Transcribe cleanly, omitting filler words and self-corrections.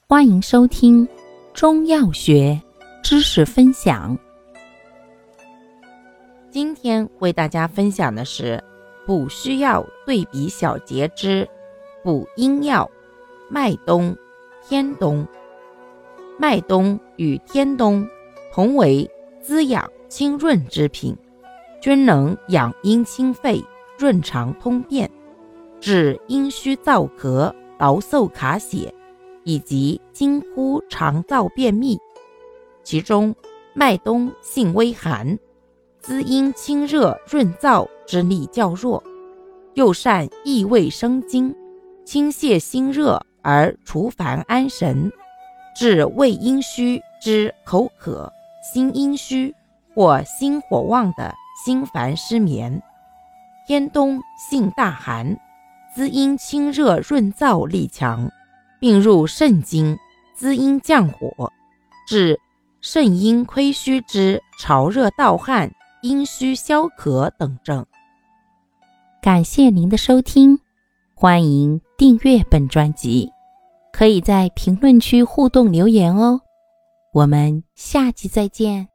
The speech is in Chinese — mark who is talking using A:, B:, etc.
A: 欢迎收听中药学知识分享。今天为大家分享的是补虚药对比小节之补阴药麦冬、天冬。麦冬与天冬同为滋养清润之品，均能养阴清肺、润肠通便，治阴虚燥咳、劳嗽卡血以及惊呼肠燥便秘。其中麦冬性微寒，滋阴清热润燥之力较弱，又善益胃生津，清泻心热而除烦安神，治胃阴虚之口渴、心阴虚或心火旺的心烦失眠。天冬性大寒，滋阴清热润燥力强，并入肾经，滋阴降火，治肾阴亏虚之潮热盗汗、阴虚消渴等症。感谢您的收听，欢迎订阅本专辑，可以在评论区互动留言哦。我们下期再见。